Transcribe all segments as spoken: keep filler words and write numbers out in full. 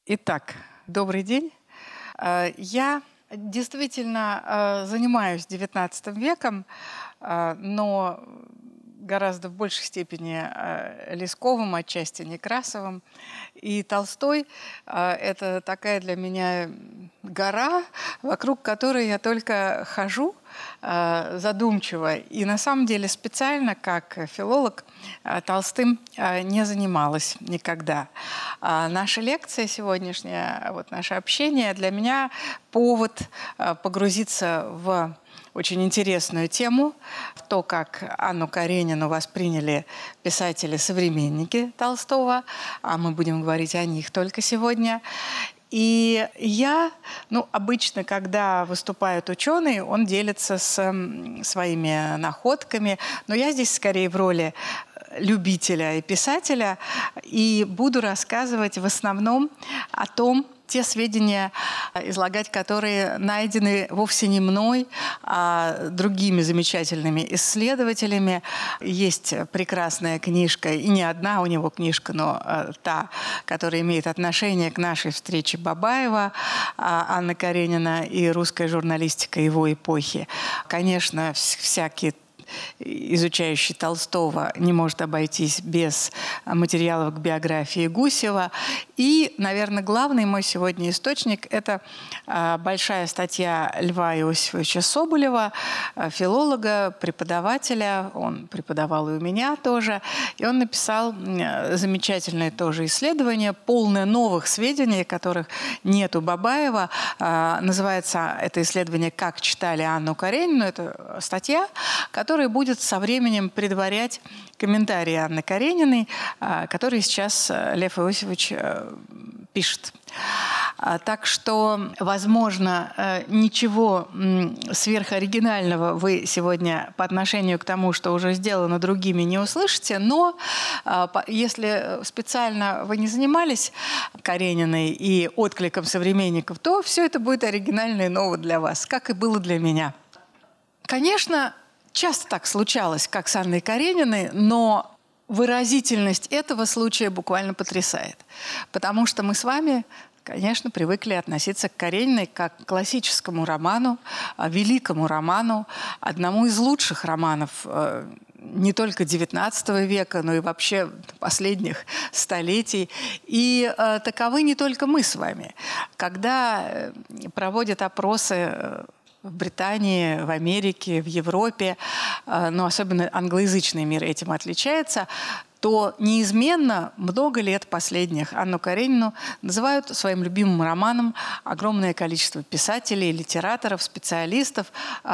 Итак, добрый день. Я действительно занимаюсь девятнадцатым веком, но гораздо в большей степени Лесковым, отчасти Некрасовым. И Толстой – это такая для меня гора, вокруг которой я только хожу задумчиво. И на самом деле специально, как филолог, Толстым не занималась никогда. Наша лекция сегодняшняя, вот наше общение для меня повод погрузиться в очень интересную тему, в то, как Анну Каренину восприняли писатели-современники Толстого, а мы будем говорить о них только сегодня. И я, ну, обычно, когда выступает ученый, он делится с своими находками, но я здесь скорее в роли любителя и писателя, и буду рассказывать в основном о том, те сведения излагать, которые найдены вовсе не мной, а другими замечательными исследователями. Есть прекрасная книжка, и не одна у него книжка, но та, которая имеет отношение к нашей встрече Бабаева, Анны Каренина и русская журналистика его эпохи. Конечно, всякие изучающий Толстого не может обойтись без материалов к биографии Гусева. И, наверное, главный мой сегодня источник – это большая статья Льва Иосифовича Соболева, филолога, преподавателя. Он преподавал и у меня тоже. И он написал замечательное тоже исследование, полное новых сведений, которых нет у Бабаева. Называется это исследование «Как читали Анну Каренину». Это статья, которая будет со временем предварять комментарии Анны Карениной, которые сейчас Лев Иосифович пишет. Так что, возможно, ничего сверхоригинального вы сегодня по отношению к тому, что уже сделано другими, не услышите, но если специально вы не занимались Карениной и откликом современников, то все это будет оригинально и ново для вас, как и было для меня. Конечно, часто так случалось, как с Анной Карениной, но выразительность этого случая буквально потрясает. Потому что мы с вами, конечно, привыкли относиться к Карениной как к классическому роману, великому роману, одному из лучших романов не только девятнадцатого века, но и вообще последних столетий. И таковы не только мы с вами. Когда проводят опросы в Британии, в Америке, в Европе, но особенно англоязычный мир этим отличается, то неизменно много лет последних Анну Каренину называют своим любимым романом огромное количество писателей, литераторов, специалистов.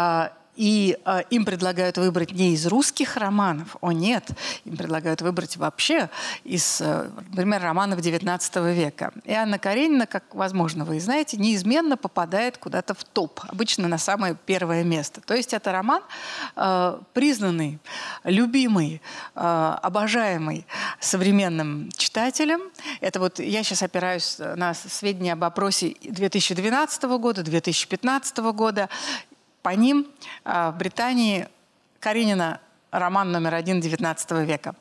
И э, им предлагают выбрать не из русских романов, о нет, им предлагают выбрать вообще из, э, например, романов девятнадцатого века. И Анна Каренина, как, возможно, вы знаете, неизменно попадает куда-то в топ, обычно на самое первое место. То есть это роман, э, признанный, любимый, э, обожаемый современным читателем. Это вот я сейчас опираюсь на сведения об опросе две тысячи двенадцатого года, две тысячи пятнадцатого года. По ним в Британии Каренина роман номер один девятнадцатого века.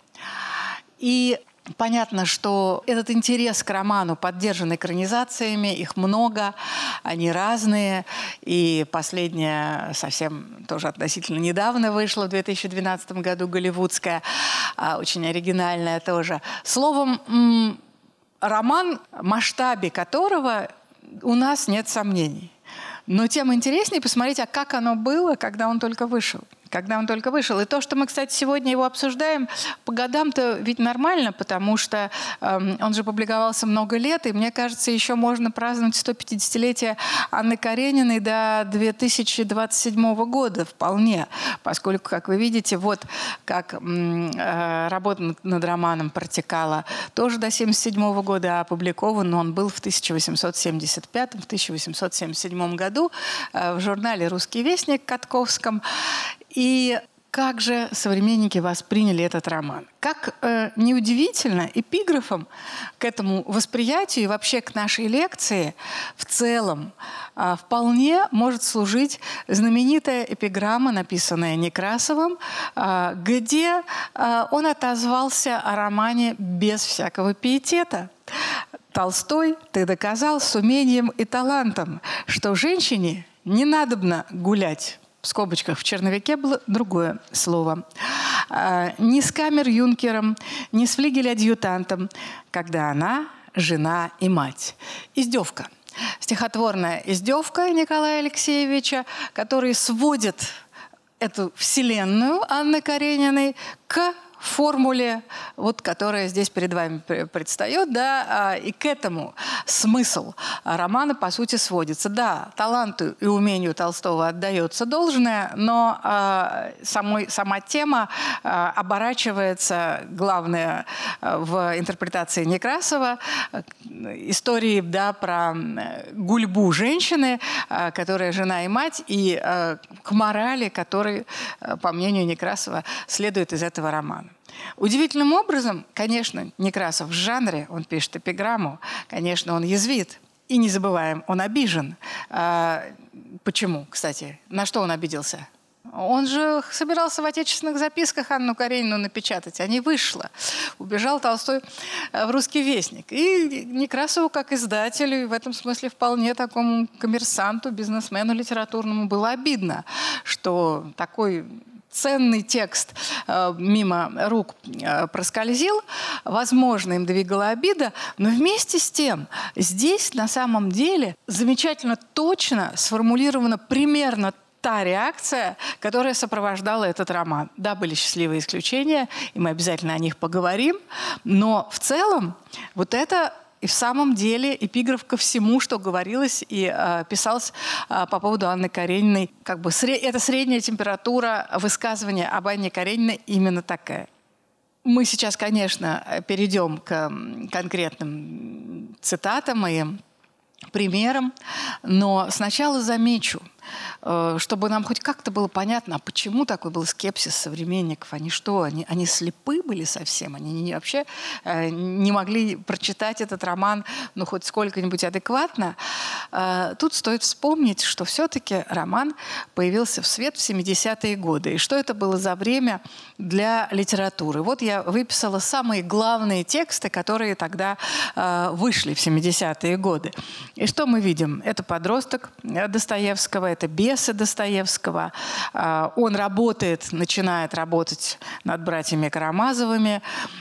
И понятно, что этот интерес к роману поддержан экранизациями, их много, они разные. И последняя совсем тоже относительно недавно вышла в две тысячи двенадцатом году, голливудская, очень оригинальная тоже. Словом, роман, в масштабе которого у нас нет сомнений. Но тем интереснее посмотреть, а как оно было, когда он только вышел. Когда он только вышел. И то, что мы, кстати, сегодня его обсуждаем, по годам-то ведь нормально, потому что э, он же публиковался много лет, и, мне кажется, еще можно праздновать сто пятидесятилетие Анны Карениной до две тысячи двадцать седьмого года вполне, поскольку, как вы видите, вот как э, работа над романом протекала тоже до семьдесят седьмого года, а опубликован он был в тысяча восемьсот семьдесят пятом — тысяча восемьсот семьдесят седьмом году э, в журнале «Русский вестник» Катковском. И как же современники восприняли этот роман. Как э, неудивительно, эпиграфом к этому восприятию и вообще к нашей лекции в целом э, вполне может служить знаменитая эпиграмма, написанная Некрасовым, э, где э, он отозвался о романе без всякого пиетета. «Толстой, ты доказал с умением и талантом, что женщине не надобно гулять». В скобочках в черновике было другое слово. «Ни с камер-юнкером, ни с флигель-адъютантом, когда она жена и мать». Издевка. Стихотворная издевка Николая Алексеевича, который сводит эту вселенную Анны Карениной к формуле, вот, которая здесь перед вами предстает, да, и к этому смысл романа, по сути, сводится. Да, таланту и умению Толстого отдается должное, но э, самой, сама тема э, оборачивается, главное, в интерпретации Некрасова, э, истории, да, про гульбу женщины, э, которая жена и мать, и э, к морали, которой, э, по мнению Некрасова, следует из этого романа. Удивительным образом, конечно, Некрасов в жанре, он пишет эпиграмму, конечно, он язвит. И не забываем, он обижен. А, почему, кстати? На что он обиделся? Он же собирался в отечественных записках Анну Каренину напечатать, а не вышло. Убежал Толстой в «Русский вестник». И Некрасову, как издателю, и в этом смысле вполне такому коммерсанту, бизнесмену литературному, было обидно, что такой ценный текст э, мимо рук э, проскользил, возможно, им двигала обида, но вместе с тем здесь на самом деле замечательно точно сформулирована примерно та реакция, которая сопровождала этот роман. Да, были счастливые исключения, и мы обязательно о них поговорим, но в целом вот это и в самом деле эпиграф ко всему, что говорилось и э, писалось э, по поводу Анны Карениной. Как бы сре- это средняя температура высказывания об Анне Карениной именно такая. Мы сейчас, конечно, перейдем к конкретным цитатам и примерам, но сначала замечу, чтобы нам хоть как-то было понятно, а почему такой был скепсис современников. Они что, они, они слепы были совсем? Они не, вообще э, не могли прочитать этот роман, ну, хоть сколько-нибудь адекватно? Э, тут стоит вспомнить, что все-таки роман появился в свет в семидесятые годы. И что это было за время для литературы? Вот я выписала самые главные тексты, которые тогда э, вышли в семидесятые годы. И что мы видим? Это «Подросток» Достоевского, это «Бесы» Достоевского. Он работает, начинает работать над братьями Карамазовыми.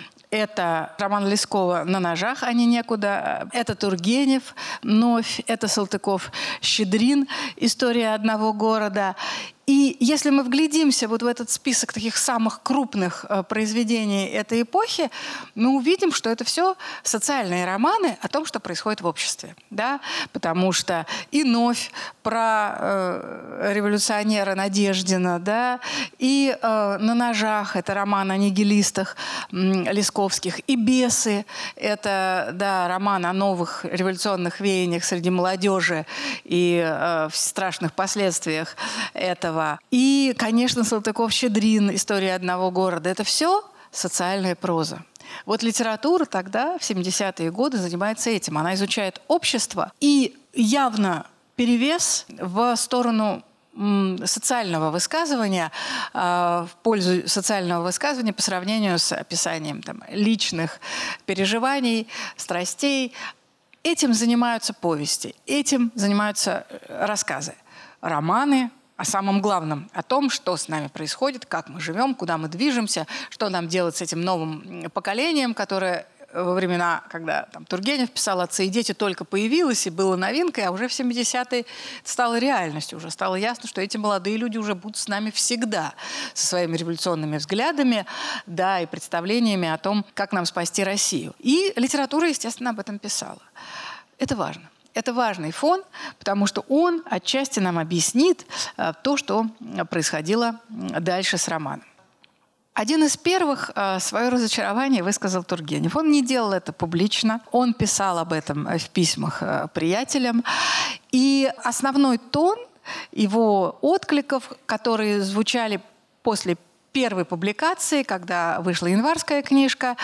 Это роман Лескова «На ножах, а не некуда». Это Тургенев, «Новь». Это Салтыков-Щедрин «История одного города». И если мы вглядимся вот в этот список таких самых крупных э, произведений этой эпохи, мы увидим, что это все социальные романы о том, что происходит в обществе. Да? Потому что и «Новь» про э, революционера Надеждина, да? И э, «На ножах» — это роман о нигилистах э, лесковских, и «Бесы» — это, да, роман о новых революционных веяниях среди молодежи и э, в страшных последствиях этого. И, конечно, Салтыков-Щедрин «История одного города» — это все социальная проза. Вот литература тогда, в семидесятые годы, занимается этим. Она изучает общество, и явно перевес в сторону социального высказывания, в пользу социального высказывания по сравнению с описанием там, личных переживаний, страстей. Этим занимаются повести, этим занимаются рассказы, романы о самом главном, о том, что с нами происходит, как мы живем, куда мы движемся, что нам делать с этим новым поколением, которое во времена, когда там, Тургенев писал «Отцы и дети», только появилось и было новинкой, а уже в семидесятые стало реальностью. Уже стало ясно, что эти молодые люди уже будут с нами всегда, со своими революционными взглядами, да, и представлениями о том, как нам спасти Россию. И литература, естественно, об этом писала. Это важно. Это важный фон, потому что он отчасти нам объяснит э, то, что происходило дальше с романом. Один из первых э, свое разочарование высказал Тургенев. Он не делал это публично, он писал об этом в письмах э, приятелям. И основной тон его откликов, которые звучали после первой публикации, когда вышла январская книжка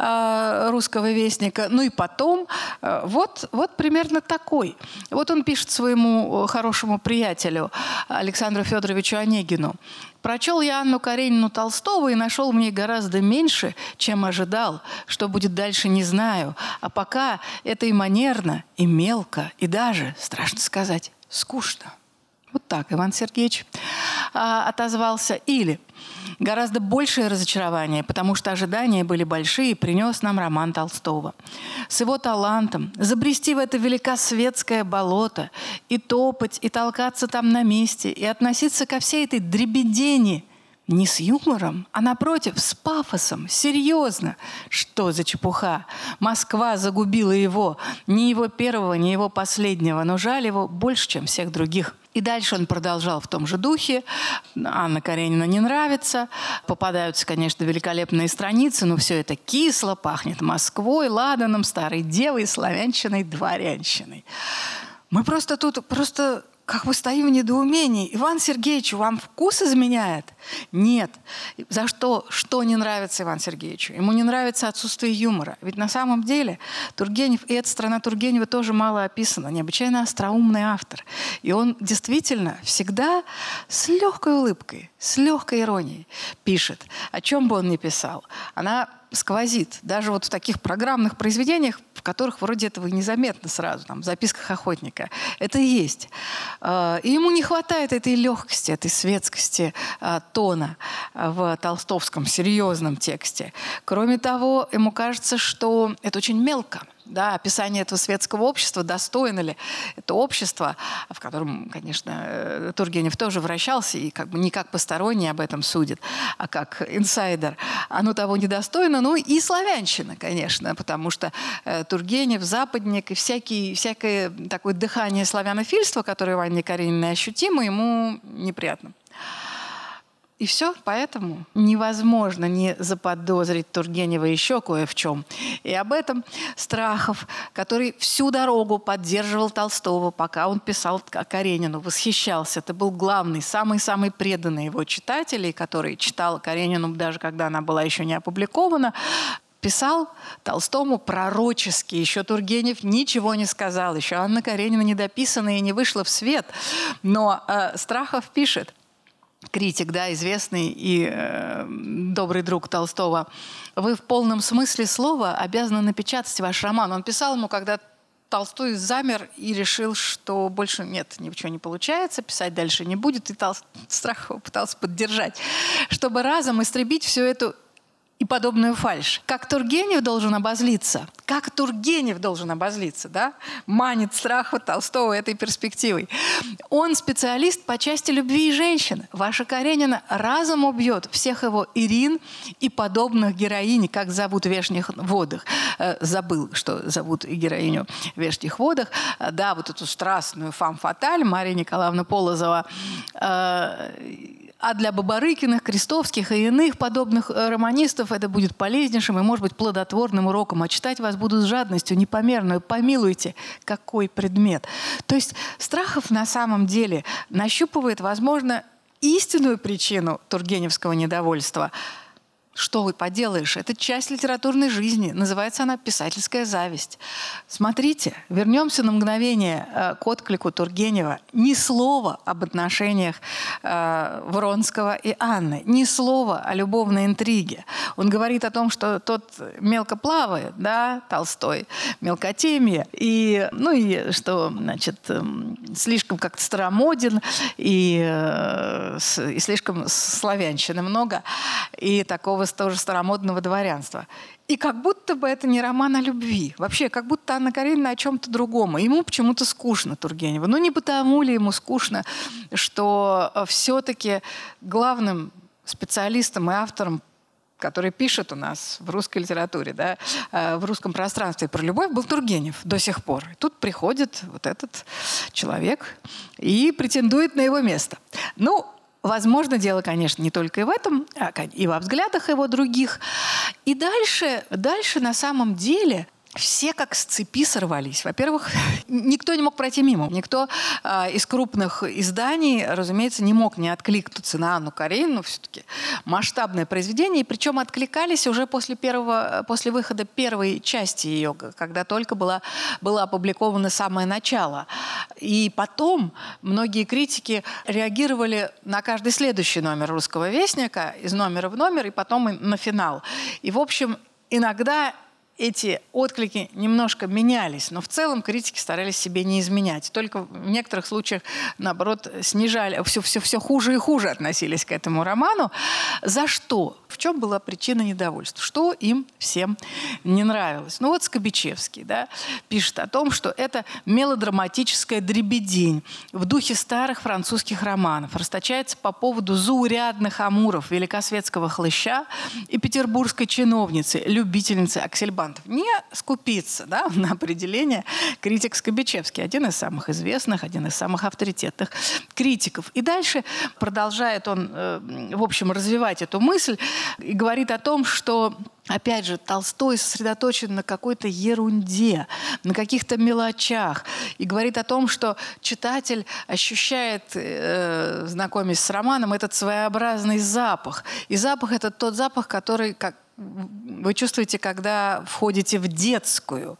э, «Русского вестника». Ну и потом э, вот, вот примерно такой. Вот он пишет своему хорошему приятелю Александру Федоровичу Онегину. «Прочел я Анну Каренину Толстого и нашел в ней гораздо меньше, чем ожидал. Что будет дальше, не знаю. А пока это и манерно, и мелко, и даже, страшно сказать, скучно». Вот так Иван Сергеевич а, отозвался. Или гораздо большее разочарование, потому что ожидания были большие, принес нам роман Толстого. С его талантом забрести в это великосветское болото и топать, и толкаться там на месте, и относиться ко всей этой дребедени не с юмором, а напротив, с пафосом, серьезно. Что за чепуха? Москва загубила его, ни его первого, ни его последнего, но жаль его больше, чем всех других. И дальше он продолжал в том же духе. Анна Каренина не нравится. Попадаются, конечно, великолепные страницы, но все это кисло, пахнет Москвой, ладаном, старой девой, славянщиной, дворянщиной. Мы просто тут просто как бы стоим в недоумении. Иван Сергеевич, вам вкус изменяет? Нет. За что? Что не нравится Ивану Сергеевичу? Ему не нравится отсутствие юмора. Ведь на самом деле Тургенев, и эта страна Тургенева тоже мало описана. Необычайно остроумный автор. И он действительно всегда с легкой улыбкой, с легкой иронией пишет. О чем бы он ни писал. Она сквозит. Даже вот в таких программных произведениях, в которых вроде этого и незаметно сразу, там, в записках охотника. Это есть. И ему не хватает этой легкости, этой светскости тона в толстовском серьезном тексте. Кроме того, ему кажется, что это очень мелко. Да, описание этого светского общества, достойно ли это общество, в котором, конечно, Тургенев тоже вращался и как бы не как посторонний об этом судит, а как инсайдер, оно того недостойно. Ну и славянщина, конечно, потому что Тургенев, западник и всякий, всякое такое дыхание славянофильства, которое в Анне Карениной ощутимо, ему неприятно. И все, поэтому невозможно не заподозрить Тургенева еще кое в чем. И об этом Страхов, который всю дорогу поддерживал Толстого, пока он писал Каренину, восхищался. Это был главный, самый-самый преданный его читатель, который читал Каренину, даже когда она была еще не опубликована, писал Толстому пророчески. Еще Тургенев ничего не сказал. Еще Анна Каренина не дописана и не вышла в свет. Но э, Страхов пишет, критик, да, известный и э, добрый друг Толстого, вы в полном смысле слова обязаны напечатать ваш роман. Он писал ему, когда Толстой замер и решил, что больше нет, ничего не получается, писать дальше не будет, и Тол... Страхов пытался поддержать, чтобы разом истребить всю эту и подобную фальшь. Как Тургенев должен обозлиться, как Тургенев должен обозлиться, да? Манит Страхова Толстого этой перспективой. Он специалист по части любви и женщин. Ваша Каренина разом убьет всех его Ирин и подобных героинь, как зовут в «Вешних водах». Э, забыл, что зовут и героиню в «Вешних водах». Э, да, вот эту страстную фам-фаталь Мария Николаевна Полозова. Э, А для Бабарыкиных, Крестовских и иных подобных романистов это будет полезнейшим и, может быть, плодотворным уроком. А читать вас будут с жадностью непомерную. Помилуйте, какой предмет. То есть Страхов на самом деле нащупывает, возможно, истинную причину тургеневского недовольства. Что вы поделаешь? Это часть литературной жизни. Называется она «Писательская зависть». Смотрите, вернемся на мгновение э, к отклику Тургенева. Ни слова об отношениях э, Вронского и Анны. Ни слова о любовной интриге. Он говорит о том, что тот мелко плавает, да, Толстой, мелкотемье, и, ну и что, значит, э, слишком как-то старомоден, и, э, с, и слишком славянщины много, и такого тоже старомодного дворянства. И как будто бы это не роман о любви. Вообще, как будто Анна Каренина о чем-то другом. Ему почему-то скучно Тургеневу. Ну, не потому ли ему скучно, что все-таки главным специалистом и автором, который пишет у нас в русской литературе, да, в русском пространстве про любовь, был Тургенев до сих пор. И тут приходит вот этот человек и претендует на его место. Ну, возможно, дело, конечно, не только и в этом, а и во взглядах его других. И дальше, дальше на самом деле все как с цепи сорвались. Во-первых, никто не мог пройти мимо. Никто э, из крупных изданий, разумеется, не мог не откликнуться на Анну Каренину. Все-таки масштабное произведение. И причем откликались уже после, первого, после выхода первой части ее, когда только была, было опубликовано самое начало. И потом многие критики реагировали на каждый следующий номер «Русского вестника», из номера в номер, и потом и на финал. И, в общем, иногда эти отклики немножко менялись, но в целом критики старались себе не изменять. Только в некоторых случаях, наоборот, снижали, все, все, все хуже и хуже относились к этому роману. За что? В чем была причина недовольства? Что им всем не нравилось? Ну вот Скобичевский, да, пишет о том, что это мелодраматическая дребедень в духе старых французских романов. Расточается по поводу заурядных амуров, великосветского хлыща и петербургской чиновницы, любительницы аксельбантов. Не скупиться, да, на определение критик Скобичевский. Один из самых известных, один из самых авторитетных критиков. И дальше продолжает он, э, в общем, развивать эту мысль и говорит о том, что, опять же, Толстой сосредоточен на какой-то ерунде, на каких-то мелочах. И говорит о том, что читатель ощущает, э, знакомясь с романом, этот своеобразный запах. И запах – это тот запах, который, как вы чувствуете, когда входите в детскую.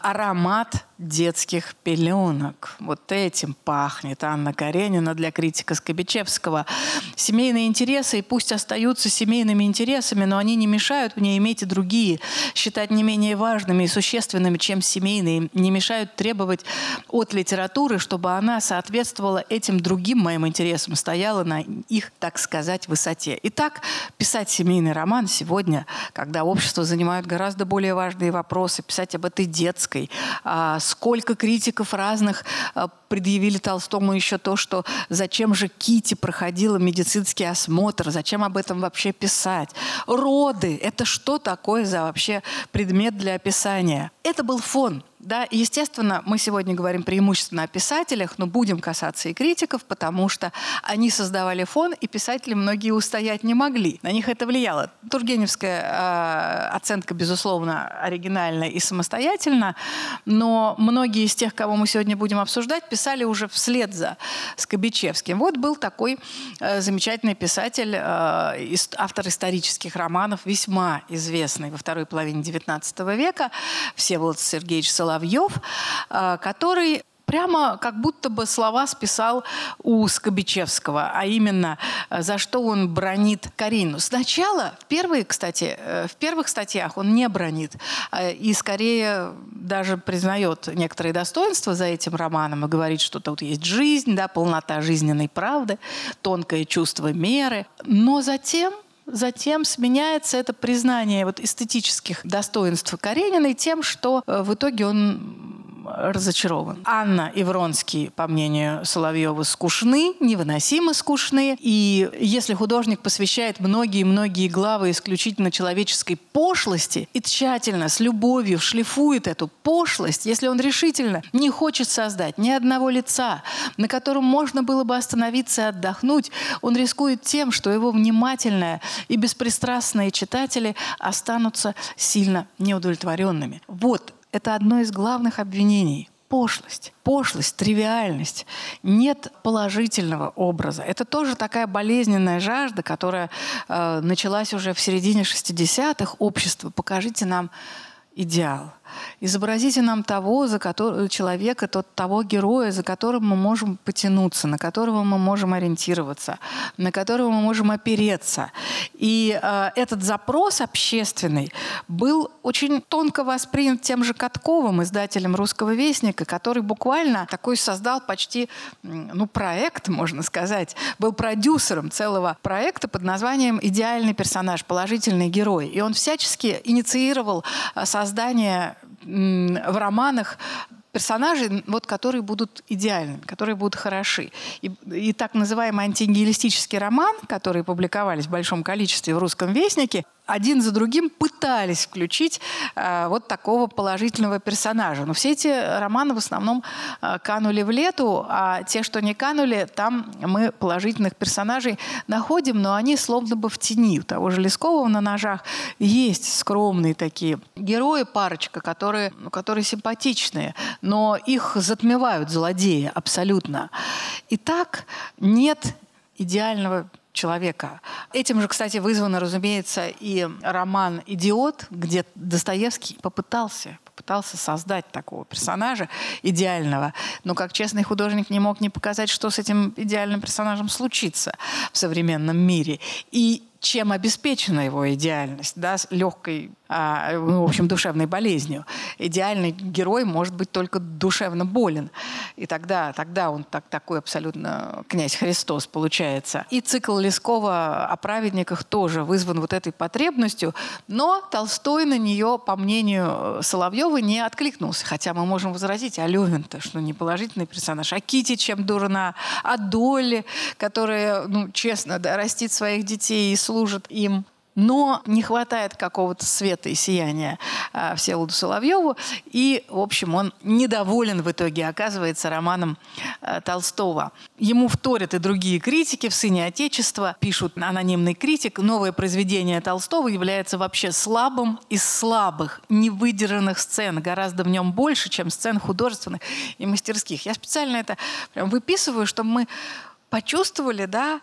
Аромат детских пеленок. Вот этим пахнет Анна Каренина для критика Скобичевского. Семейные интересы, и пусть остаются семейными интересами, но они не мешают мне иметь и другие, считать не менее важными и существенными, чем семейные, не мешают требовать от литературы, чтобы она соответствовала этим другим моим интересам, стояла на их, так сказать, высоте. Итак, писать семейный роман сегодня, когда общество занимает гораздо более важные вопросы, писать об этой детской. А сколько критиков разных а, предъявили Толстому еще то, что зачем же Кити проходила медицинский осмотр, зачем об этом вообще писать. Роды – это что такое за вообще предмет для описания? Это был фон. Да, и, естественно, мы сегодня говорим преимущественно о писателях, но будем касаться и критиков, потому что они создавали фон, и писатели многие устоять не могли. На них это влияло. Тургеневская э, оценка, безусловно, оригинальна и самостоятельна, но многие из тех, кого мы сегодня будем обсуждать, писали уже вслед за Скобичевским. Вот был такой э, замечательный писатель, э, автор исторических романов, весьма известный во второй половине девятнадцатого века, Всеволод Сергеевич Соловьев, Соловьев, который прямо как будто бы слова списал у Скобичевского, а именно, за что он бранит Каренину. Сначала, в первые, кстати, в первых статьях он не бранит, и скорее даже признает некоторые достоинства за этим романом и говорит, что тут есть жизнь, да, полнота жизненной правды, тонкое чувство меры. Но затем... Затем сменяется это признание вот эстетических достоинств Карениной тем, что в итоге он разочарован. Анна и Вронский, по мнению Соловьева, скучны, невыносимо скучны. И если художник посвящает многие-многие главы исключительно человеческой пошлости и тщательно, с любовью шлифует эту пошлость, если он решительно не хочет создать ни одного лица, на котором можно было бы остановиться и отдохнуть, он рискует тем, что его внимательное и беспристрастные читатели останутся сильно неудовлетворенными. Вот это одно из главных обвинений. Пошлость. Пошлость, тривиальность. Нет положительного образа. Это тоже такая болезненная жажда, которая э, началась уже в середине шестидесятых. Общество, покажите нам идеал. Изобразите нам того за который, человека, тот, того героя, за которым мы можем потянуться, на которого мы можем ориентироваться, на которого мы можем опереться. И э, этот запрос общественный был очень тонко воспринят тем же Катковым, издателем «Русского вестника», который буквально такой создал почти ну, проект, можно сказать, был продюсером целого проекта под названием «Идеальный персонаж, положительный герой». И он всячески инициировал создание в романах персонажей, вот, которые будут идеальными, которые будут хороши. И, и так называемый антинигилистический роман, который публиковались в большом количестве в «Русском вестнике», один за другим пытались включить э, вот такого положительного персонажа. Но все эти романы в основном э, канули в лету, а те, что не канули, там мы положительных персонажей находим, но они словно бы в тени. У того же Лескова на «Ножах» есть скромные такие герои, парочка, которые, ну, которые симпатичные, но их затмевают злодеи абсолютно. И так нет идеального человека. Этим же, кстати, вызвано, разумеется, и роман «Идиот», где Достоевский попытался, попытался создать такого персонажа идеального, но как честный художник не мог не показать, что с этим идеальным персонажем случится в современном мире. И чем обеспечена его идеальность, да, с легкой, а, в общем, душевной болезнью. Идеальный герой может быть только душевно болен. И тогда, тогда он так, такой абсолютно князь Христос получается. И цикл Лескова о праведниках тоже вызван вот этой потребностью, но Толстой на нее, по мнению Соловьева, не откликнулся. Хотя мы можем возразить, а Левин-то, что не положительный персонаж, а Кити чем дурна, а Долли, которая, ну, честно, да, растит своих детей и служит им. Но не хватает какого-то света и сияния а, Всеволоду Соловьеву. И, в общем, он недоволен в итоге, оказывается, романом а, Толстого. Ему вторят и другие критики. В «Сыне Отечества» пишут анонимный критик. Новое произведение Толстого является вообще слабым из слабых, невыдержанных сцен. Гораздо в нем больше, чем сцен художественных и мастерских. Я специально это прям выписываю, чтобы мы почувствовали, да,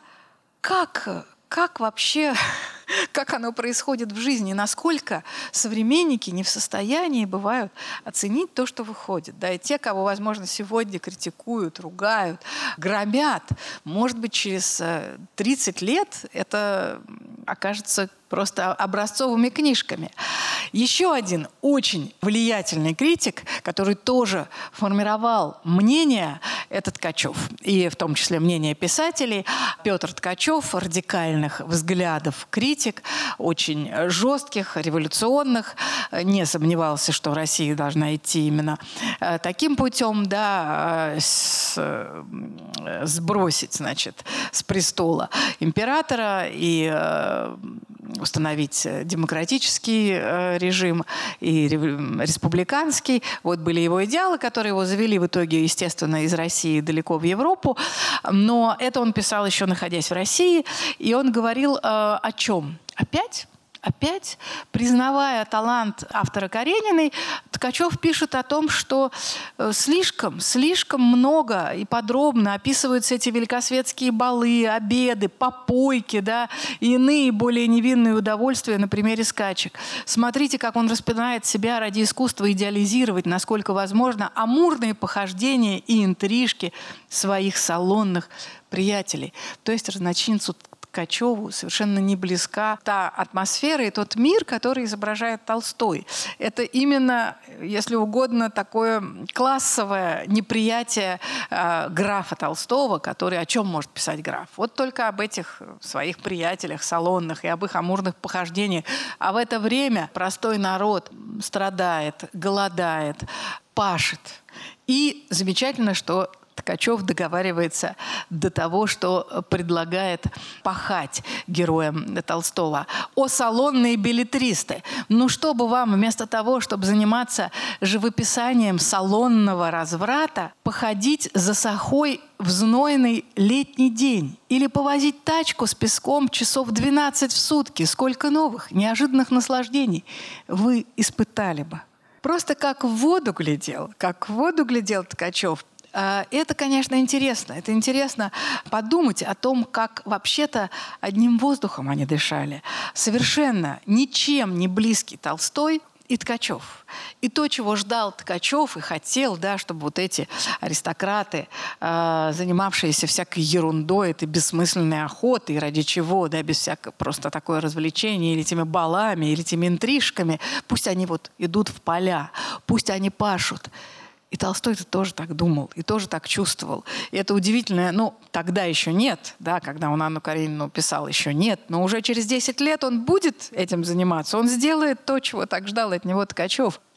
как... Как вообще, как оно происходит в жизни, насколько современники не в состоянии бывают оценить то, что выходит. Да, и те, кого, возможно, сегодня критикуют, ругают, громят, может быть, через тридцать лет это окажется просто образцовыми книжками. Еще один очень влиятельный критик, который тоже формировал мнение, это Ткачев. И в том числе мнение писателей. Петр Ткачев, радикальных взглядов критик, очень жестких, революционных. Не сомневался, что Россия должна идти именно таким путем, да, с, сбросить, значит, с престола императора и установить демократический э, режим и республиканский. Вот были его идеалы, которые его завели в итоге, естественно, из России далеко в Европу. Но это он писал еще находясь в России. И он говорил э, о чем? Опять? Опять, признавая талант автора Карениной, Ткачев пишет о том, что слишком, слишком много и подробно описываются эти великосветские балы, обеды, попойки, да, и иные более невинные удовольствия на примере скачек. Смотрите, как он распинает себя ради искусства идеализировать, насколько возможно, амурные похождения и интрижки своих салонных приятелей. То есть разночинцу Ткачеву совершенно не близка та атмосфера и тот мир, который изображает Толстой. Это именно, если угодно, такое классовое неприятие э, графа Толстого, который о чем может писать граф? Вот только об этих своих приятелях салонных и об их амурных похождениях. А в это время простой народ страдает, голодает, пашет. И замечательно, что Ткачев договаривается до того, что предлагает пахать героям Толстого. О, салонные беллетристы! Ну, чтобы вам вместо того, чтобы заниматься живописанием салонного разврата, походить за сахой в знойный летний день или повозить тачку с песком часов двенадцать в сутки, сколько новых, неожиданных наслаждений вы испытали бы. Просто как в воду глядел, как в воду глядел Ткачев. Это, конечно, интересно. Это интересно подумать о том, как вообще-то одним воздухом они дышали. Совершенно ничем не близкий Толстой и Ткачев. И то, чего ждал Ткачев и хотел, да, чтобы вот эти аристократы, э, занимавшиеся всякой ерундой, этой бессмысленной охотой, ради чего, да, без всякого просто такое развлечение, или этими балами, или этими интрижками, пусть они вот идут в поля, пусть они пашут. И Толстой-то тоже так думал, и тоже так чувствовал. И это удивительно, ну, тогда еще нет, да, когда он Анну Каренину писал, еще нет, но уже через десять лет он будет этим заниматься, он сделает то, чего так ждал от него Ткачев.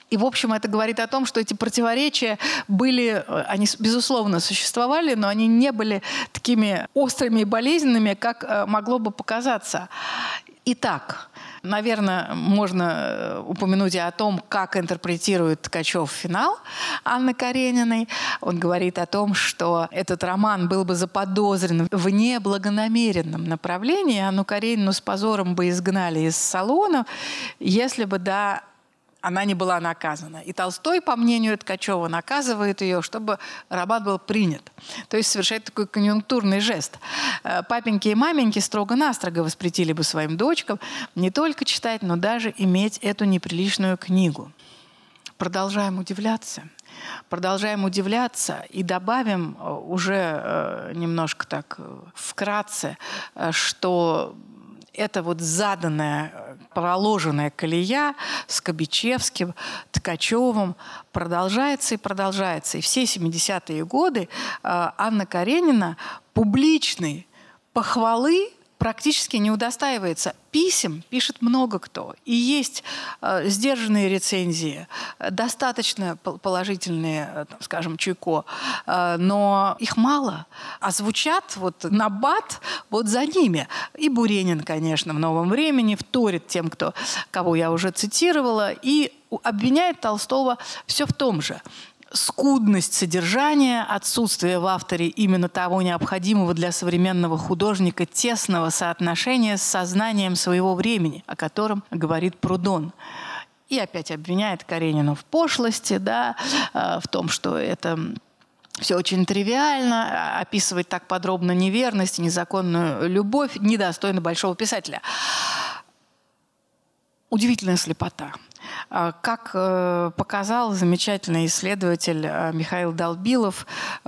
И, в общем, это говорит о том, что эти противоречия были, они, безусловно, существовали, но они не были такими острыми и болезненными, как могло бы показаться. Итак, наверное, можно упомянуть и о том, как интерпретирует Ткачев финал Анны Карениной. Он говорит о том, что этот роман был бы заподозрен в неблагонамеренном направлении. Анну Каренину с позором бы изгнали из салона, если бы, да, она не была наказана. И Толстой, по мнению Ткачева, наказывает ее, чтобы роман был принят. То есть совершает такой конъюнктурный жест. Папеньки и маменьки строго-настрого воспретили бы своим дочкам не только читать, но даже иметь эту неприличную книгу. Продолжаем удивляться. Продолжаем удивляться и добавим уже немножко так вкратце, что это вот заданная, проложенная колея с Кобичевским, Ткачевым продолжается и продолжается. И все семидесятые годы Анна Каренина публичной похвалы практически не удостаивается. Писем пишет много кто. И есть э, сдержанные рецензии, достаточно положительные, там, скажем, Чуйко, э, но их мало. А звучат вот набат вот за ними. И Буренин, конечно, в «Новом времени» вторит тем, кто, кого я уже цитировала, и обвиняет Толстого все в том же. Скудность содержания, отсутствие в авторе именно того необходимого для современного художника тесного соотношения с сознанием своего времени, о котором говорит Прудон. И опять обвиняет Каренину в пошлости, да, в том, что это все очень тривиально, описывать так подробно неверность, незаконную любовь недостойно большого писателя. Удивительная слепота. Как показал замечательный исследователь Михаил Долбилов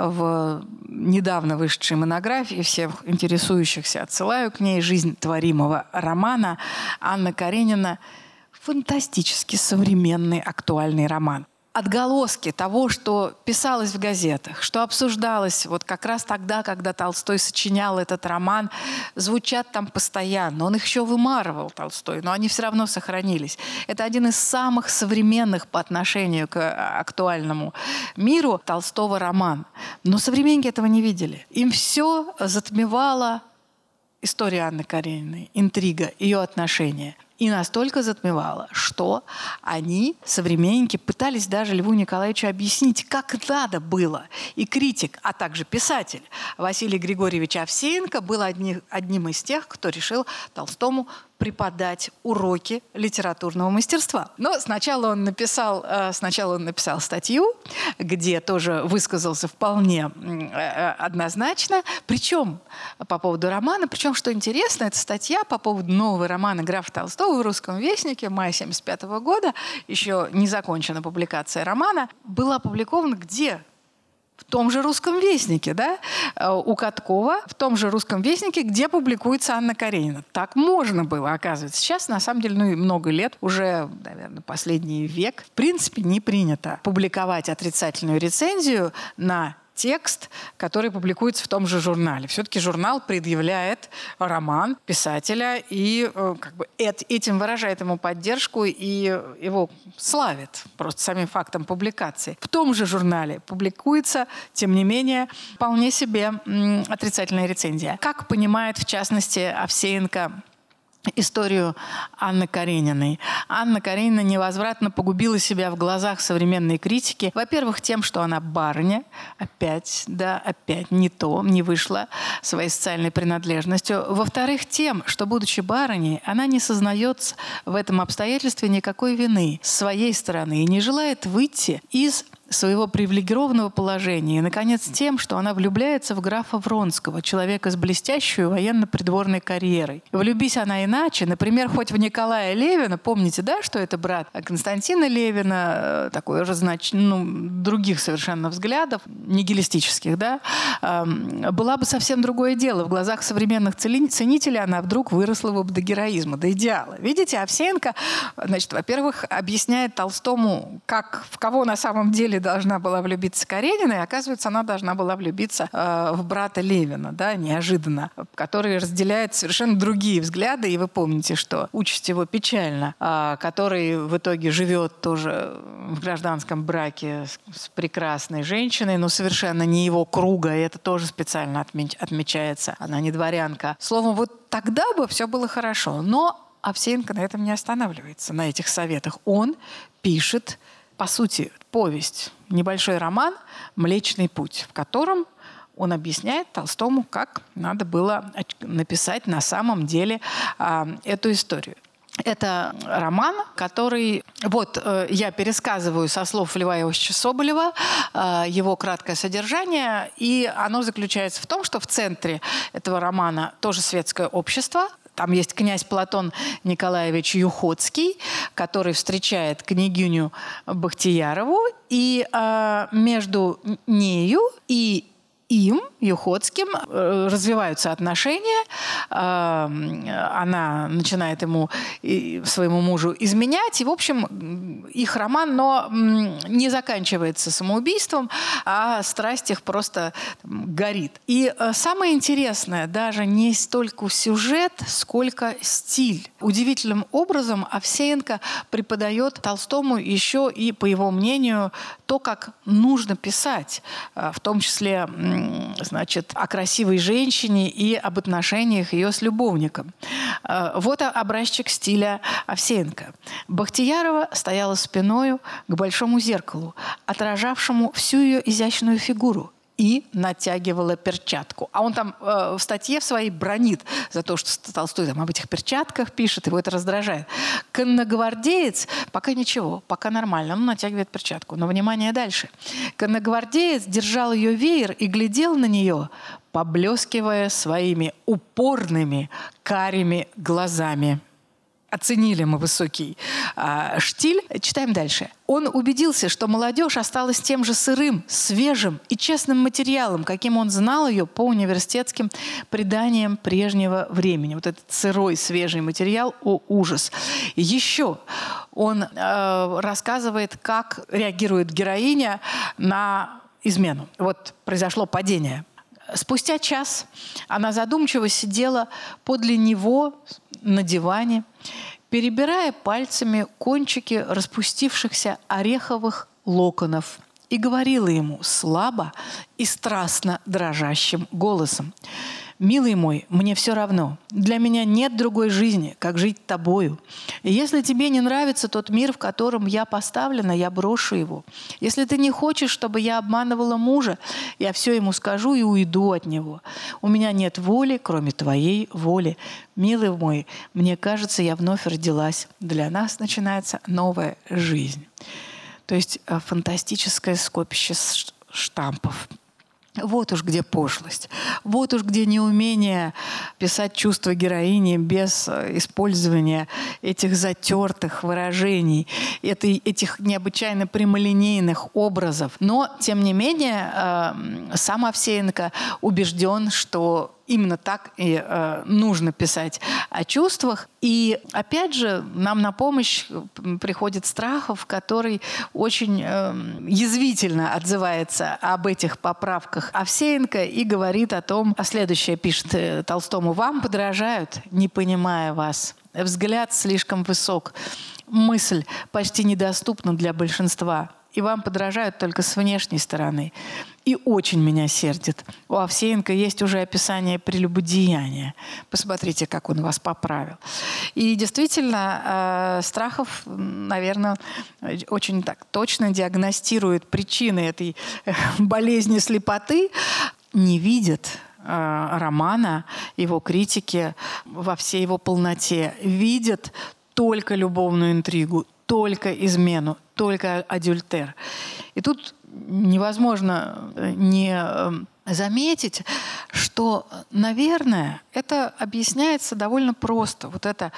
в недавно вышедшей монографии, всех интересующихся отсылаю к ней, «Жизнь творимого романа», Анна Каренина – фантастически современный актуальный роман. Отголоски того, что писалось в газетах, что обсуждалось вот как раз тогда, когда Толстой сочинял этот роман, звучат там постоянно. Он их еще вымарывал, Толстой, но они все равно сохранились. Это один из самых современных по отношению к актуальному миру Толстого роман. Но современники этого не видели. Им все затмевала история Анны Карениной, интрига, ее отношения. И настолько затмевала, что они, современники, пытались даже Льву Николаевичу объяснить, как надо было. И критик, а также писатель Василий Григорьевич Овсеенко был одни, одним из тех, кто решил Толстому преподать уроки литературного мастерства. Но сначала он написал, сначала он написал статью, где тоже высказался вполне однозначно, причем по поводу романа, причем, что интересно, эта статья по поводу нового романа графа Толстого в «Русском вестнике» мая семьдесят пятого года, еще не закончена публикация романа, была опубликована где? В том же «Русском вестнике», да? У Каткова, в том же «Русском вестнике», где публикуется Анна Каренина. Так можно было, оказывается. Сейчас, на самом деле, ну и много лет, уже, наверное, последний век, в принципе, не принято публиковать отрицательную рецензию на текст, который публикуется в том же журнале. Все-таки журнал предъявляет роман писателя и э, как бы эт, этим выражает ему поддержку и его славит просто самим фактом публикации. В том же журнале публикуется, тем не менее, вполне себе м, отрицательная рецензия. Как понимает, в частности, Овсеенко историю Анны Карениной. Анна Каренина невозвратно погубила себя в глазах современной критики. Во-первых, тем, что она барыня. Опять, да, опять не то, не вышла своей социальной принадлежностью. Во-вторых, тем, что, будучи барыней, она не сознает в этом обстоятельстве никакой вины с своей стороны и не желает выйти из своего привилегированного положения. И, наконец, тем, что она влюбляется в графа Вронского, человека с блестящей военно-придворной карьерой. Влюбись она иначе, например, хоть в Николая Левина, помните, да, что это брат Константина Левина, такой уже, значит, ну, других совершенно взглядов, нигилистических, да, была бы совсем другое дело. В глазах современных ценителей она вдруг выросла бы до героизма, до идеала. Видите, Овсеенко, значит, во-первых, объясняет Толстому, как, в кого на самом деле должна была влюбиться Каренина, и, оказывается, она должна была влюбиться э, в брата Левина, да, неожиданно, который разделяет совершенно другие взгляды. И вы помните, что участь его печальна, э, который в итоге живет тоже в гражданском браке с, с прекрасной женщиной, но совершенно не его круга, и это тоже специально отмеч, отмечается. Она не дворянка. Словом, вот тогда бы все было хорошо. Но Овсеенко на этом не останавливается, на этих советах. Он пишет, по сути, повесть, небольшой роман «Млечный путь», в котором он объясняет Толстому, как надо было написать на самом деле а, эту историю. Это роман, который... Вот э, я пересказываю со слов Льва Иосифовича Соболева э, его краткое содержание, и оно заключается в том, что в центре этого романа тоже светское общество. Там есть князь Платон Николаевич Юхотский, который встречает княгиню Бахтиярову, и э, между нею и им, Юхотским, развиваются отношения. Она начинает ему, своему мужу, изменять. И, в общем, их роман, но не заканчивается самоубийством, а страсть их просто горит. И самое интересное даже не столько сюжет, сколько стиль. Удивительным образом Овсеенко преподает Толстому еще и, по его мнению, то, как нужно писать, в том числе значит, о красивой женщине и об отношениях ее с любовником. Вот образчик стиля Овсеенко. Бахтиярова стояла спиною к большому зеркалу, отражавшему всю ее изящную фигуру, и натягивала перчатку. А он там э, в статье в своей бранит за то, что Толстой там об этих перчатках пишет, его это раздражает. Конногвардеец пока ничего, пока нормально, он натягивает перчатку. Но внимание дальше. Конногвардеец держал ее веер и глядел на нее, поблескивая своими упорными карими глазами. Оценили мы высокий а, штиль. Читаем дальше. Он убедился, что молодежь осталась тем же сырым, свежим и честным материалом, каким он знал ее по университетским преданиям прежнего времени. Вот этот сырой, свежий материал, о, ужас. Еще он э, рассказывает, как реагирует героиня на измену. Вот произошло падение. Спустя час она задумчиво сидела подле него на диване, перебирая пальцами кончики распустившихся ореховых локонов, и говорила ему слабо и страстно дрожащим голосом: «Милый мой, мне все равно. Для меня нет другой жизни, как жить тобою. И если тебе не нравится тот мир, в котором я поставлена, я брошу его. Если ты не хочешь, чтобы я обманывала мужа, я все ему скажу и уйду от него. У меня нет воли, кроме твоей воли. Милый мой, мне кажется, я вновь родилась. Для нас начинается новая жизнь». То есть фантастическое скопище штампов. Вот уж где пошлость, вот уж где неумение писать чувства героини без использования этих затертых выражений, этой, этих необычайно прямолинейных образов. Но, тем не менее, э, сам Овсеенко убежден, что именно так и э, нужно писать о чувствах. И опять же нам на помощь приходит Страхов, который очень э, язвительно отзывается об этих поправках Овсеенко и говорит о том, а следующее пишет э, Толстому: «Вам подражают, не понимая вас. Взгляд слишком высок, мысль почти недоступна для большинства. И вам подражают только с внешней стороны. И очень меня сердит. У Овсеенко есть уже описание прелюбодеяния. Посмотрите, как он вас поправил». И действительно, э, Страхов, наверное, очень так точно диагностирует причины этой э, болезни слепоты. Не видят э, романа, его критики во всей его полноте. Видят только любовную интригу, только измену, только адюльтер. И тут невозможно не заметить, что, наверное, это объясняется довольно просто. Вот эта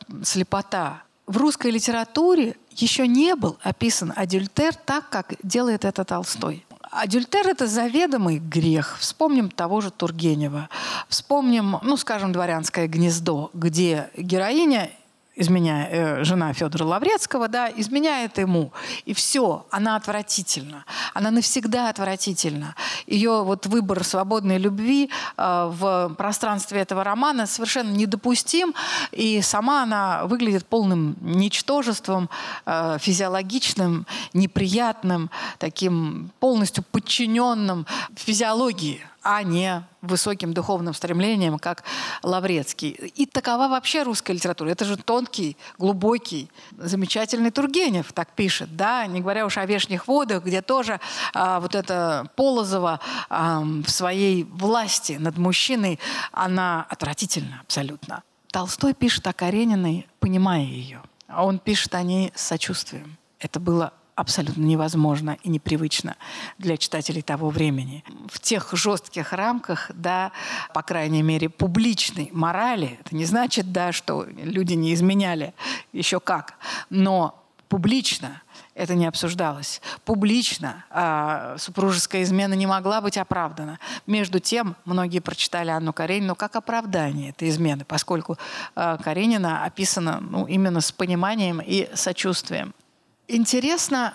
слепота. В русской литературе еще не был описан адюльтер так, как делает это Толстой. Адюльтер – это заведомый грех. Вспомним того же Тургенева. Вспомним, ну, скажем, «Дворянское гнездо», где героиня изменяет, жена Федора Лаврецкого, да, изменяет ему. И все, она отвратительна. Она навсегда отвратительна. Ее вот выбор свободной любви э, в пространстве этого романа совершенно недопустим. И сама она выглядит полным ничтожеством, э, физиологичным, неприятным, таким полностью подчиненным физиологии, а не высоким духовным стремлением, как Лаврецкий. И такова вообще русская литература. Это же тонкий, глубокий, замечательный Тургенев так пишет, да, не говоря уж о «Вешних водах», где тоже а, вот эта Полозова а, в своей власти над мужчиной, она отвратительна абсолютно. Толстой пишет о Карениной, понимая ее. Он пишет о ней с сочувствием. Это было абсолютно невозможно и непривычно для читателей того времени. В тех жестких рамках, да, по крайней мере, публичной морали, это не значит, да, что люди не изменяли, еще как, но публично это не обсуждалось. Публично э, супружеская измена не могла быть оправдана. Между тем, многие прочитали Анну Каренину как оправдание этой измены, поскольку э, Каренина описана, ну, именно с пониманием и сочувствием. Интересно,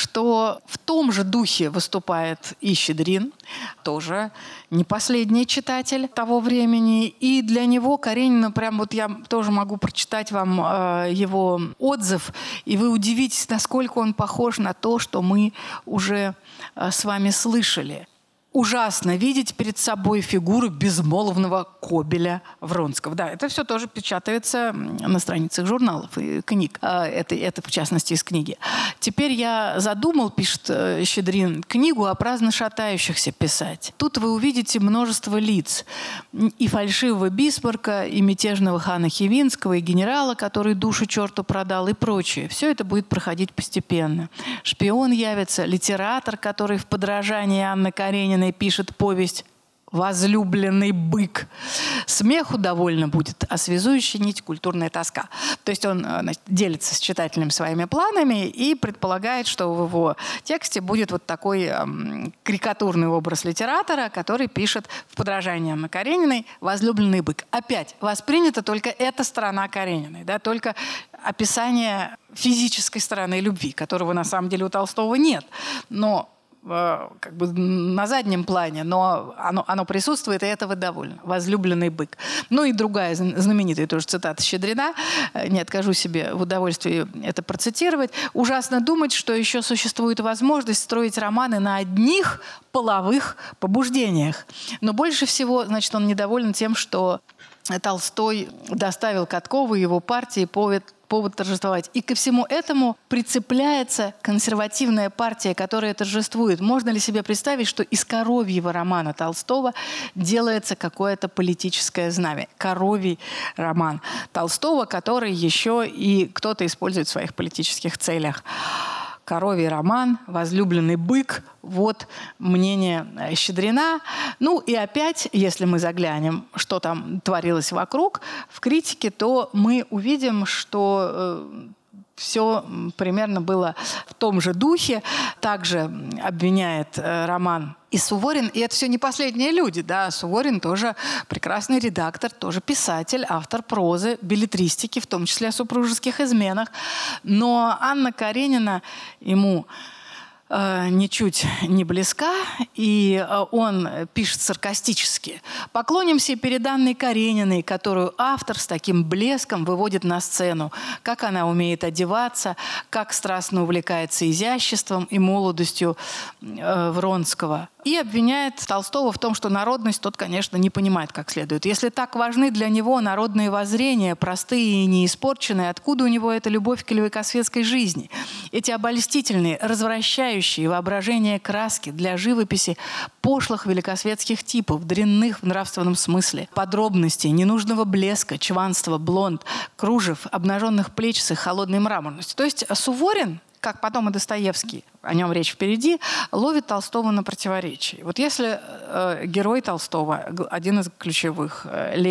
что в том же духе выступает и Щедрин, тоже не последний читатель того времени. И для него Каренина, прям вот я тоже могу прочитать вам э, его отзыв, и вы удивитесь, насколько он похож на то, что мы уже э, с вами слышали. Ужасно видеть перед собой фигуру безмолвного Кобеля Вронского. Да, это все тоже печатается на страницах журналов и книг. Это, это в частности из книги. Теперь я задумал, пишет Щедрин, книгу о праздно шатающихся писать. Тут вы увидите множество лиц. И фальшивого Бисмарка, и мятежного хана Хивинского, и генерала, который душу черту продал, и прочее. Все это будет проходить постепенно. Шпион явится, литератор, который в подражании Анны Карениной пишет повесть «Возлюбленный бык». Смеху довольно будет, а связующая нить — культурная тоска. То есть он, значит, делится с читателем своими планами и предполагает, что в его тексте будет вот такой эм, карикатурный образ литератора, который пишет в подражании Анны Карениной «Возлюбленный бык». Опять воспринята только эта сторона Карениной, да, только описание физической стороны любви, которого на самом деле у Толстого нет. Но как бы на заднем плане, но оно, оно присутствует, и этого довольно. «Возлюбленный бык». Ну и другая знаменитая тоже цитата Щедрина, не откажу себе в удовольствии это процитировать. «Ужасно думать, что еще существует возможность строить романы на одних половых побуждениях». Но больше всего, значит, он недоволен тем, что Толстой доставил Каткову и его партии повод повод торжествовать. И ко всему этому прицепляется консервативная партия, которая торжествует. Можно ли себе представить, что из коровьего романа Толстого делается какое-то политическое знамя? Коровий роман Толстого, который еще и кто-то использует в своих политических целях. Коровий роман, «Возлюбленный бык». Вот мнение Щедрина. Ну и опять, если мы заглянем, что там творилось вокруг, в критике, то мы увидим, что э, все примерно было в том же духе. Также обвиняет э, роман и Суворин, и это все не последние люди, да, Суворин тоже прекрасный редактор, тоже писатель, автор прозы, беллетристики, в том числе о супружеских изменах. Но Анна Каренина ему э, ничуть не близка, и э, он пишет саркастически. «Поклонимся перед Анной Карениной, которую автор с таким блеском выводит на сцену, как она умеет одеваться, как страстно увлекается изяществом и молодостью э, Вронского». И обвиняет Толстого в том, что народность тот, конечно, не понимает как следует. Если так важны для него народные воззрения, простые и неиспорченные, откуда у него эта любовь к великосветской жизни? Эти обольстительные, развращающие воображение краски для живописи пошлых великосветских типов, дрянных в нравственном смысле, подробностей, ненужного блеска, чванства, блонд, кружев, обнаженных плеч с их холодной мраморностью. То есть Суворин, как потом и Достоевский, о нем речь впереди, ловит Толстого на противоречии. Вот если э, герой Толстого, один из ключевых, э, Левин,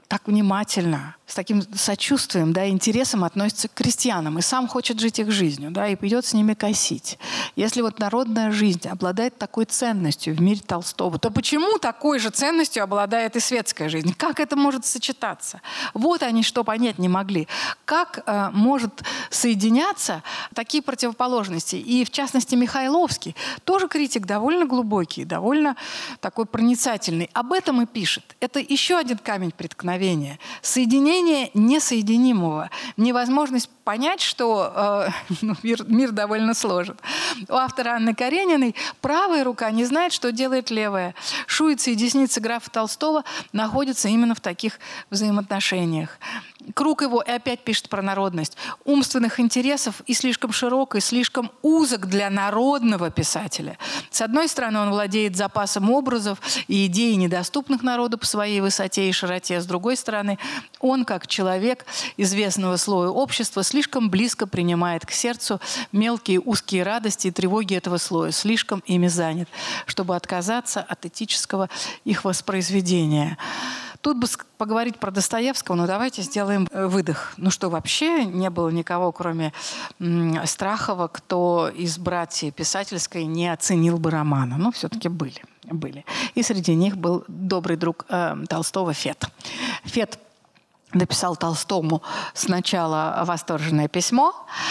так внимательно, с таким сочувствием, да, интересом относится к крестьянам и сам хочет жить их жизнью, да, и идет с ними косить. Если вот народная жизнь обладает такой ценностью в мире Толстого, то почему такой же ценностью обладает и светская жизнь? Как это может сочетаться? Вот они что понять не могли. Как э, может соединяться такие противоположности? И в частности Михайловский, тоже критик довольно глубокий, довольно такой проницательный. Об этом и пишет. Это еще один камень преткновения. Соединение несоединимого. Невозможность понять, что э, ну, мир, мир довольно сложен. У автора Анны Карениной правая рука не знает, что делает левая. Шуица и десница графа Толстого находятся именно в таких взаимоотношениях. Круг его, и опять пишет про народность, умственных интересов и слишком широк, и слишком узок для народного писателя. С одной стороны, он владеет запасом образов и идей, недоступных народу по своей высоте и широте. С другой стороны, он, как человек известного слоя общества, слишком близко принимает к сердцу мелкие узкие радости и тревоги этого слоя, слишком ими занят, чтобы отказаться от этического их воспроизведения. Тут бы поговорить про Достоевского, но давайте сделаем выдох. Ну что, вообще не было никого, кроме м, Страхова, кто из братьев писательской не оценил бы романа. Но все-таки были, были. И среди них был добрый друг э, Толстого Фет. Фет написал Толстому сначала восторженное письмо,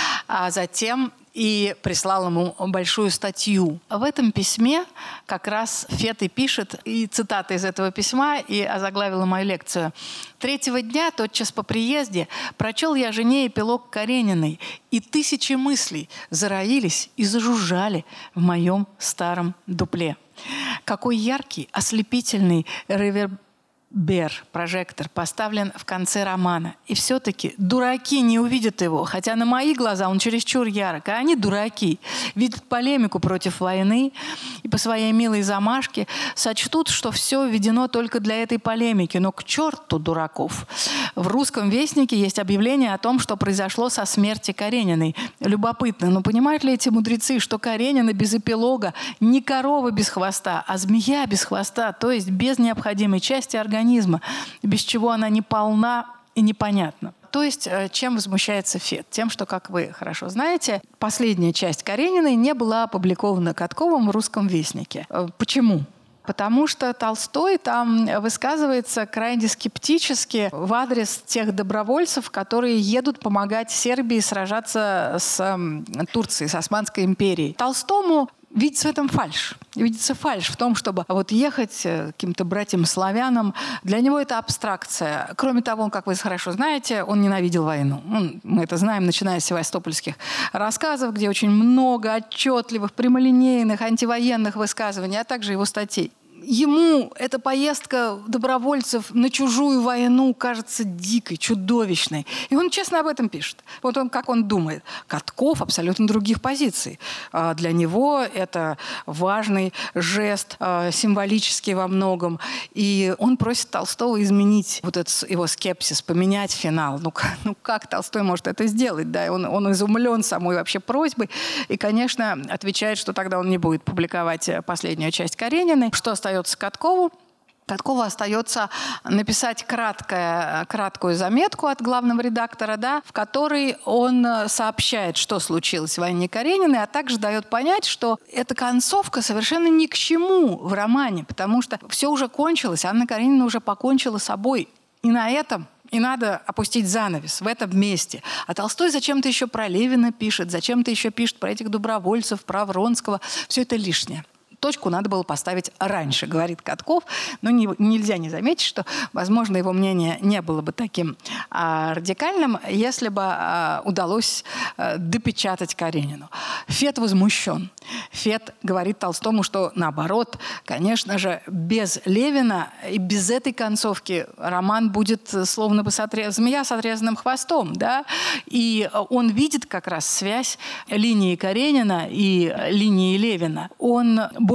а затем и прислал ему большую статью. В этом письме как раз Фет и пишет, и цитата из этого письма, и озаглавила мою лекцию. «Третьего дня, тотчас по приезде, прочел я жене эпилог Карениной, и тысячи мыслей зароились и зажужжали в моем старом дупле. Какой яркий, ослепительный реверб Бер, прожектор, поставлен в конце романа. И все-таки дураки не увидят его, хотя на мои глаза он чересчур ярок, а они, дураки, видят полемику против войны и по своей милой замашке сочтут, что все введено только для этой полемики. Но к черту дураков! В «Русском вестнике» есть объявление о том, что произошло со смерти Карениной. Любопытно, но понимают ли эти мудрецы, что Каренина без эпилога не корова без хвоста, а змея без хвоста, то есть без необходимой части организма, организма, без чего она не полна и непонятна. То есть чем возмущается Фет? Тем, что, как вы хорошо знаете, последняя часть Карениной не была опубликована Катковым в «Русском вестнике». Почему? Потому что Толстой там высказывается крайне скептически в адрес тех добровольцев, которые едут помогать Сербии сражаться с Турцией, с Османской империей. Толстому видится в этом фальшь. Видится фальшь в том, чтобы вот ехать к каким-то братьям-славянам. Для него это абстракция. Кроме того, как вы хорошо знаете, он ненавидел войну. Он, мы это знаем, начиная с севастопольских рассказов, где очень много отчетливых, прямолинейных, антивоенных высказываний, а также его статей. Ему эта поездка добровольцев на чужую войну кажется дикой, чудовищной. И он честно об этом пишет. Вот он, как он думает. Катков абсолютно других позиций. Для него это важный жест, символический во многом. И он просит Толстого изменить вот этот его скепсис, поменять финал. Ну, ну как Толстой может это сделать? Да? Он, он изумлен самой вообще просьбой. И, конечно, отвечает, что тогда он не будет публиковать последнюю часть Карениной. Что остается Каткову? Каткову остается написать краткое, краткую заметку от главного редактора, да, в которой он сообщает, что случилось в войне Карениной, а также дает понять, что эта концовка совершенно ни к чему в романе, потому что все уже кончилось, Анна Каренина уже покончила с собой. И на этом и надо опустить занавес в этом месте. А Толстой зачем-то еще про Левина пишет, зачем-то еще пишет про этих добровольцев, про Вронского. Все это лишнее. Точку надо было поставить раньше, говорит Катков. Но не, нельзя не заметить, что, возможно, его мнение не было бы таким а, радикальным, если бы а, удалось а, допечатать Каренину. Фет возмущен. Фет говорит Толстому, что наоборот, конечно же, без Левина и без этой концовки роман будет словно бы с отрез... змея с отрезанным хвостом. Да? И он видит как раз связь линии Каренина и линии Левина. Он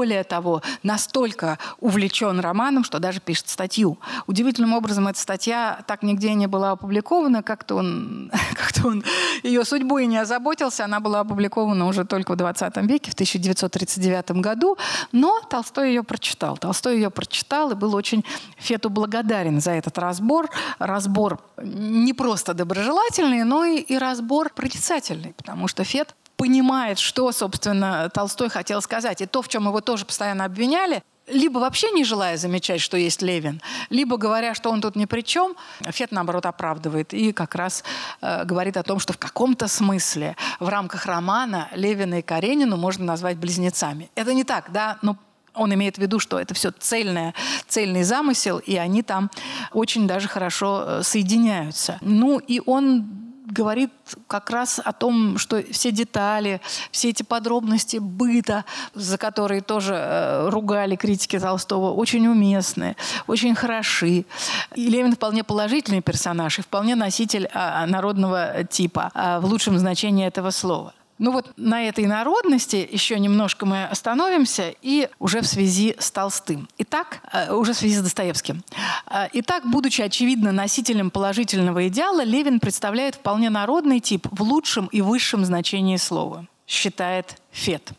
более того, настолько увлечен романом, что даже пишет статью. Удивительным образом эта статья так нигде не была опубликована, как-то он, как-то он ее судьбой не озаботился. Она была опубликована уже только в двадцатом веке, в тысяча девятьсот тридцать девятом году, но Толстой ее прочитал. Толстой ее прочитал и был очень Фету благодарен за этот разбор. Разбор не просто доброжелательный, но и, и разбор проницательный, потому что Фет понимает, что, собственно, Толстой хотел сказать. И то, в чем его тоже постоянно обвиняли, либо вообще не желая замечать, что есть Левин, либо говоря, что он тут ни при чем, Фет, наоборот, оправдывает и как раз э, говорит о том, что в каком-то смысле в рамках романа Левина и Каренину можно назвать близнецами. Это не так, да, но он имеет в виду, что это все цельное, цельный замысел, и они там очень даже хорошо соединяются. Ну и он говорит как раз о том, что все детали, все эти подробности быта, за которые тоже э, ругали критики Толстого, очень уместны, очень хороши. И Левин вполне положительный персонаж и вполне носитель э, народного типа э, в лучшем значении этого слова. Ну вот на этой народности еще немножко мы остановимся и уже в связи с Толстым. Итак, уже в связи с Достоевским. Итак, будучи очевидно носителем положительного идеала, Левин представляет вполне народный тип в лучшем и высшем значении слова, считает Фет.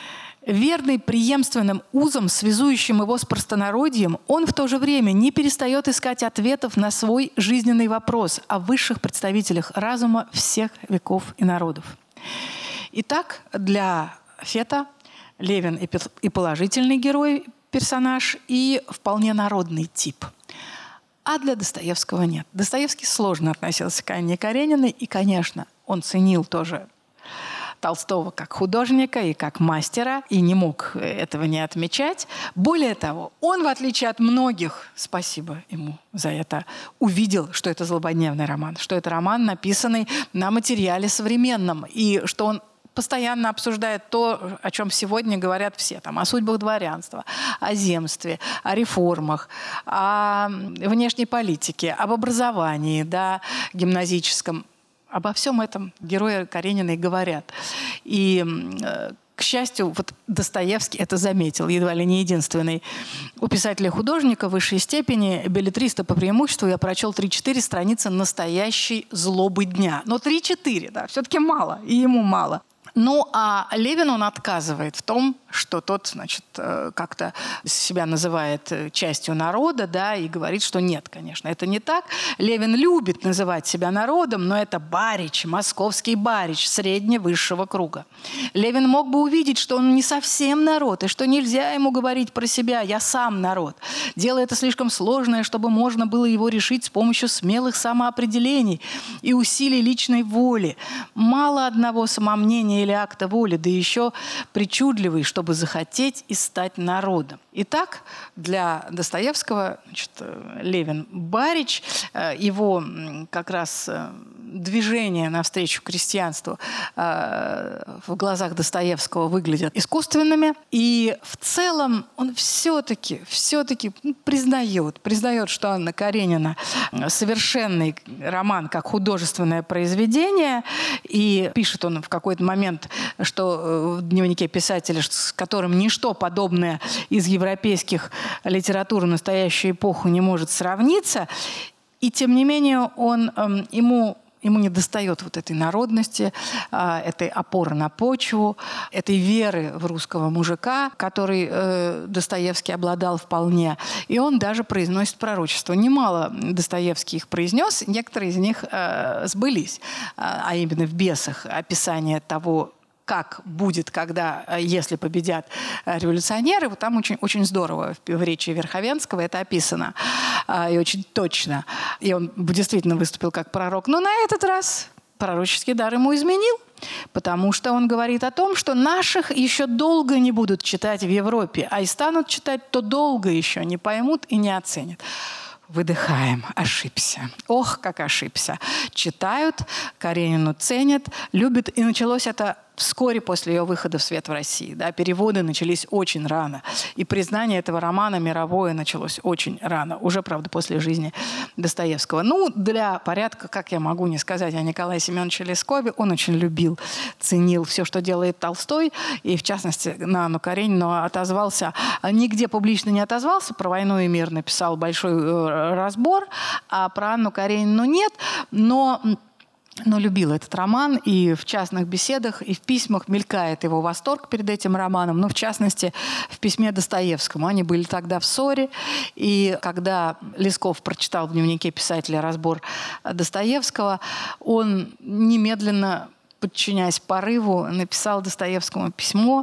Верный преемственным узам, связующим его с простонародьем, он в то же время не перестает искать ответов на свой жизненный вопрос о высших представителях разума всех веков и народов. Итак, для Фета Левин и положительный герой, персонаж, и вполне народный тип. А для Достоевского нет. Достоевский сложно относился к Анне Карениной, и, конечно, он ценил тоже Толстого как художника и как мастера, и не мог этого не отмечать. Более того, он, в отличие от многих, спасибо ему за это, увидел, что это злободневный роман, что это роман, написанный на материале современном, и что он постоянно обсуждает то, о чем сегодня говорят все, там, о судьбах дворянства, о земстве, о реформах, о внешней политике, об образовании, да, гимназическом. Обо всем этом герои Карениной говорят. И, к счастью, вот Достоевский это заметил, едва ли не единственный. У писателя-художника высшей степени, беллетриста по преимуществу, я прочел три-четыре страницы настоящей злобы дня. Но три-четыре, да, все-таки мало, и ему мало. Ну, а Левин, он отказывает в том, что тот, значит, как-то себя называет частью народа, да, и говорит, что нет, конечно, это не так. Левин любит называть себя народом, но это барич, московский барич средне-высшего круга. Левин мог бы увидеть, что он не совсем народ, и что нельзя ему говорить про себя «я сам народ». Дело это слишком сложное, чтобы можно было его решить с помощью смелых самоопределений и усилий личной воли. Мало одного самомнения или акта воли, да еще причудливый, чтобы захотеть и стать народом. Итак, для Достоевского, значит, Левин барич, его как раз движение навстречу крестьянству в глазах Достоевского выглядят искусственными. И в целом он все-таки, все-таки признает, признает, что Анна Каренина совершенный роман как художественное произведение. И пишет он в какой-то момент, что в дневнике писателя, с которым ничто подобное из европейских литератур в настоящую эпоху не может сравниться. И тем не менее он, ему Ему недостает вот этой народности, этой опоры на почву, этой веры в русского мужика, который э, Достоевский обладал вполне. И он даже произносит пророчества. Немало Достоевский их произнес, некоторые из них э, сбылись. А именно в «Бесах» описание того, как будет, когда, если победят революционеры. Вот там очень, очень здорово в речи Верховенского это описано. И очень точно. И он действительно выступил как пророк. Но на этот раз пророческий дар ему изменил. Потому что он говорит о том, что наших еще долго не будут читать в Европе. А и станут читать, то долго еще не поймут и не оценят. Выдыхаем. Ошибся. Ох, как ошибся. Читают, Каренину ценят, любят. И началось это вскоре после ее выхода в свет в России. Да, переводы начались очень рано. И признание этого романа мировое началось очень рано. Уже, правда, после жизни Достоевского. Ну, для порядка, как я могу не сказать о Николае Семеновиче Лескове, он очень любил, ценил все, что делает Толстой. И, в частности, на Анну Каренину отозвался. Нигде публично не отозвался. Про «Войну и мир» написал большой разбор. А про Анну Каренину нет. Но... но любил этот роман, и в частных беседах, и в письмах мелькает его восторг перед этим романом, ну, в частности, в письме Достоевскому. Они были тогда в ссоре, и когда Лесков прочитал в дневнике писателя разбор Достоевского, он немедленно, подчиняясь порыву, написал Достоевскому письмо,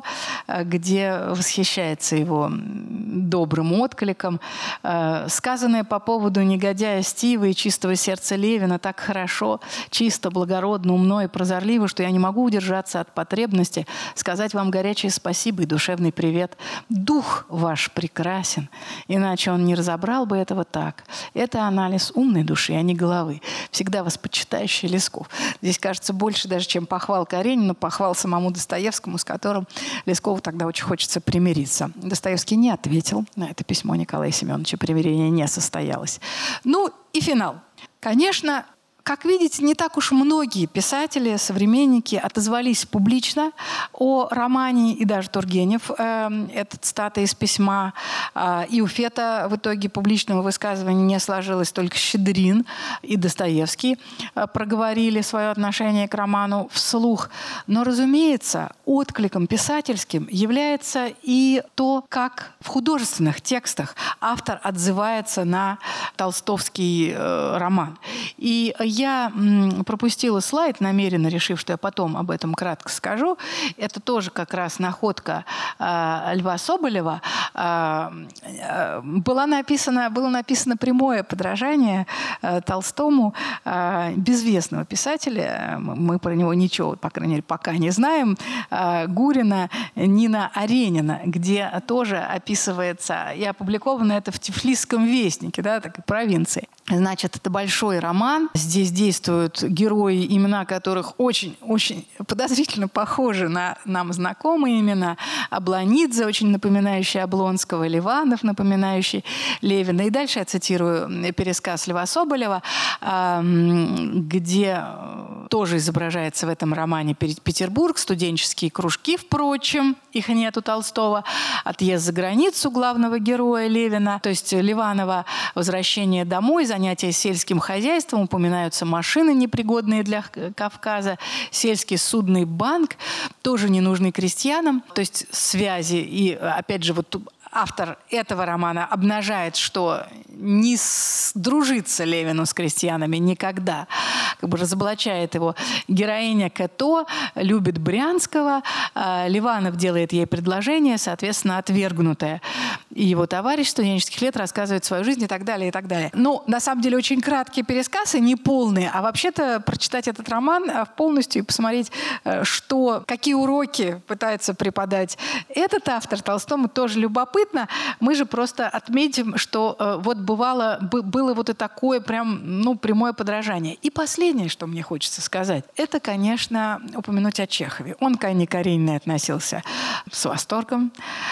где восхищается его добрым откликом. Сказанное по поводу негодяя Стива и чистого сердца Левина так хорошо, чисто, благородно, умно и прозорливо, что я не могу удержаться от потребности сказать вам горячее спасибо и душевный привет. Дух ваш прекрасен, иначе он не разобрал бы этого так. Это анализ умной души, а не головы. Всегда вас почитающий Лесков. Здесь, кажется, больше даже, чем похвал Каренину, похвал самому Достоевскому, с которым Лескову тогда очень хочется примириться. Достоевский не ответил на это письмо Николая Семеновича, примирение не состоялось. Ну и финал. Конечно, как видите, не так уж многие писатели, современники отозвались публично о романе, и даже Тургенев, э, этот цитата из письма, э, и у Фета в итоге публичного высказывания не сложилось, только Щедрин и Достоевский э, проговорили свое отношение к роману вслух. Но, разумеется, откликом писательским является и то, как в художественных текстах автор отзывается на толстовский э, роман. И я пропустила слайд, намеренно решив, что я потом об этом кратко скажу. Это тоже как раз находка э, Льва Соболева. Э, э, была написана, было написано прямое подражание э, Толстому э, безвестного писателя. Мы про него ничего, по крайней мере, пока не знаем. Э, Гурина Нина Аренина, где тоже описывается, и опубликовано это в Тифлисском вестнике, да, такой провинции. Значит, это большой роман. Здесь действуют герои, имена которых очень-очень подозрительно похожи на нам знакомые имена. Абланидзе, очень напоминающий Облонского, Ливанов, напоминающий Левина. И дальше я цитирую пересказ Льва Соболева, где тоже изображается в этом романе Петербург, студенческие кружки, впрочем, их нет у Толстого, отъезд за границу главного героя Левина, то есть Ливанова, возвращение домой, занятия сельским хозяйством, упоминаются машины, непригодные для Кавказа, сельский судный банк, тоже ненужный крестьянам, то есть связи. И опять же, вот автор этого романа обнажает, что не дружится Левину с крестьянами никогда, как бы разоблачает его. Героиня Кэто любит Брянского, а Ливанов делает ей предложение, соответственно, отвергнутое. И его товарищ студенческих лет рассказывает свою жизнь и так далее, и так далее. Ну, на самом деле, очень краткий пересказ и не полный, а вообще-то прочитать этот роман полностью и посмотреть, что, какие уроки пытается преподать этот автор Толстому, тоже любопытно. Мы же просто отметим, что э, вот бывало, б, было вот и такое прям, ну, прямое подражание. И последнее, что мне хочется сказать, это, конечно, упомянуть о Чехове. Он к Анне Карениной относился с восторгом.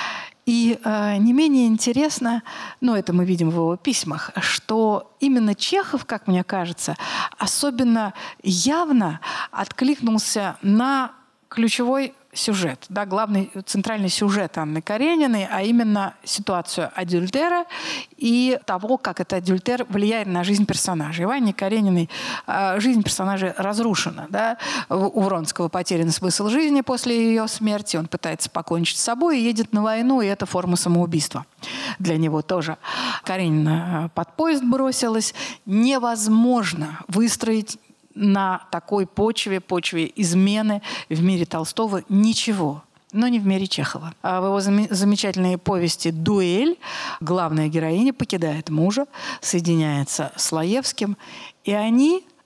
И э, не менее интересно, ну, это мы видим в его письмах, что именно Чехов, как мне кажется, особенно явно откликнулся на ключевой сюжет, да, главный центральный сюжет Анны Карениной, а именно ситуацию адюльтера и того, как этот адюльтер влияет на жизнь персонажей. В Анне Карениной э, жизнь персонажей разрушена. Да? У Вронского потерян смысл жизни после ее смерти. Он пытается покончить с собой и едет на войну, и это форма самоубийства. Для него тоже. Каренина под поезд бросилась. Невозможно выстроить на такой почве, почве измены в мире Толстого ничего, но не в мире Чехова. А в его зам- замечательной повести «Дуэль» главная героиня покидает мужа, соединяется с Лаевским, и они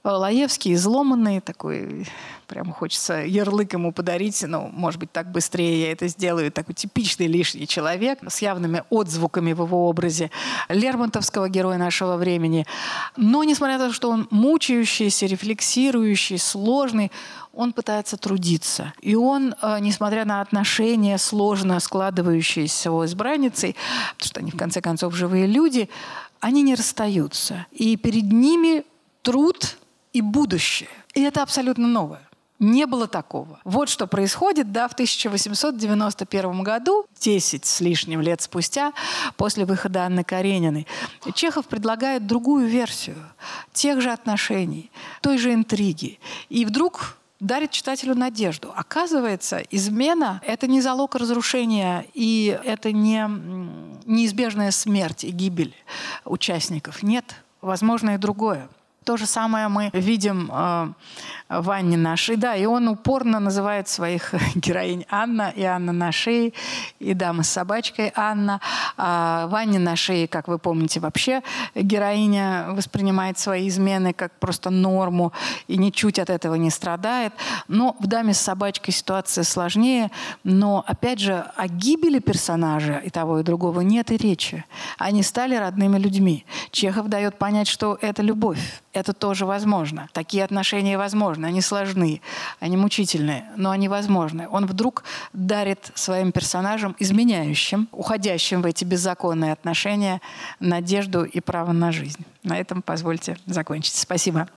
Лаевский изломанный, такой, прямо хочется ярлык ему подарить, ну, может быть, так быстрее я это сделаю, такой типичный лишний человек с явными отзвуками в его образе лермонтовского героя нашего времени. Но, несмотря на то, что он мучающийся, рефлексирующий, сложный, он пытается трудиться. И он, несмотря на отношения, сложно складывающиеся с его избранницей, потому что они, в конце концов, живые люди, они не расстаются. И перед ними труд и будущее. И это абсолютно новое. Не было такого. Вот что происходит, да, в тысяча восемьсот девяносто первом году, десять с лишним лет спустя, после выхода Анны Карениной. Чехов предлагает другую версию тех же отношений, той же интриги. И вдруг дарит читателю надежду. Оказывается, измена – это не залог разрушения, и это не неизбежная смерть и гибель участников. Нет, возможно и другое. То же самое мы видим э, в Анне нашей. Да, и он упорно называет своих героинь Анна, и Анна на шее, и дама с собачкой Анна. А в Анне на шее, как вы помните, вообще героиня воспринимает свои измены как просто норму и ничуть от этого не страдает. Но в даме с собачкой ситуация сложнее. Но, опять же, о гибели персонажа и того, и другого нет и речи. Они стали родными людьми. Чехов дает понять, что это любовь. Это тоже возможно. Такие отношения возможны. Они сложны, они мучительные, но они возможны. Он вдруг дарит своим персонажам, изменяющим, уходящим в эти беззаконные отношения, надежду и право на жизнь. На этом позвольте закончить. Спасибо.